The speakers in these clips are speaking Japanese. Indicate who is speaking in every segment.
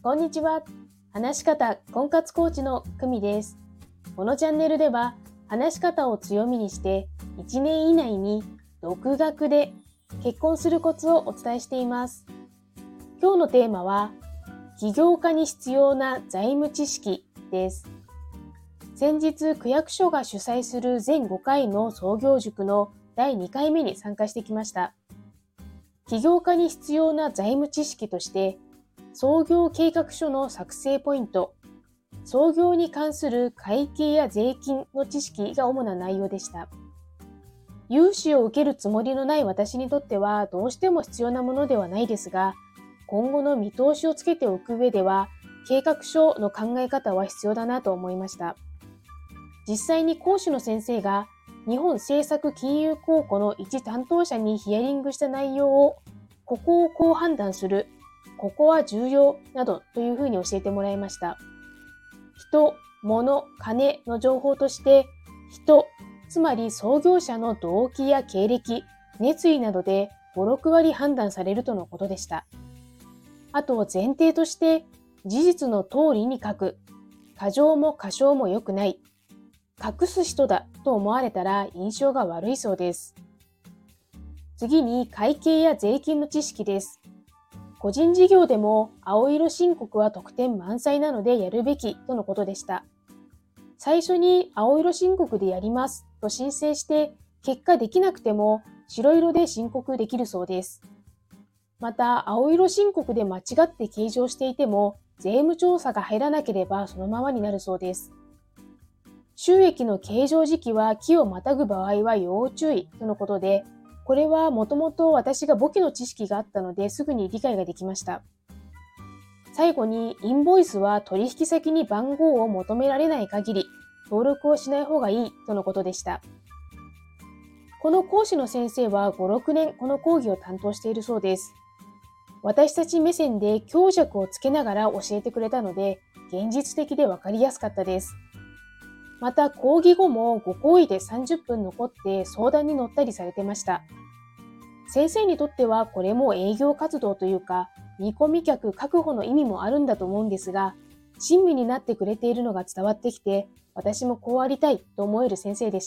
Speaker 1: こんにちは。話し方婚活コーチの久美です。このチャンネルでは話し方を強みにして1年以内に独学で結婚するコツをお伝えしています。今日のテーマは起業家に必要な財務知識です。先日区役所が主催する全5回の創業塾の第2回目に参加してきました。起業家に必要な財務知識として創業計画書の作成ポイント、創業に関する会計や税金の知識が主な内容でした。融資を受けるつもりのない私にとってはどうしても必要なものではないですが、今後の見通しをつけておく上では、計画書の考え方は必要だなと思いました。実際に講師の先生が日本政策金融公庫の一担当者にヒアリングした内容を、ここをこう判断する、ここは重要などというふうに教えてもらいました。人、物、金の情報として、人、つまり創業者の動機や経歴、熱意などで5、6割判断されるとのことでした。あと前提として、事実の通りに書く、過剰も過小も良くない、隠す人だと思われたら印象が悪いそうです。次に会計や税金の知識です。個人事業でも青色申告は得点満載なのでやるべきとのことでした。最初に青色申告でやりますと申請して結果できなくても白色で申告できるそうです。また青色申告で間違って計上していても税務調査が入らなければそのままになるそうです。収益の計上時期は期をまたぐ場合は要注意とのことで、これはもともと私が簿記の知識があったのですぐに理解ができました。最後にインボイスは取引先に番号を求められない限り登録をしない方がいいとのことでした。この講師の先生は5、6年この講義を担当しているそうです。私たち目線で強弱をつけながら教えてくれたので現実的でわかりやすかったです。また講義後もご講義で30分残って相談に乗ったりされてました。先生にとってはこれも営業活動というか見込み客確保の意味もあるんだと思うんですが、親身になってくれているのが伝わってきて、私もこうありたいと思える先生でした。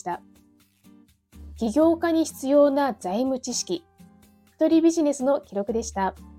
Speaker 1: 起業家に必要な財務知識、一人ビジネスの記録でした。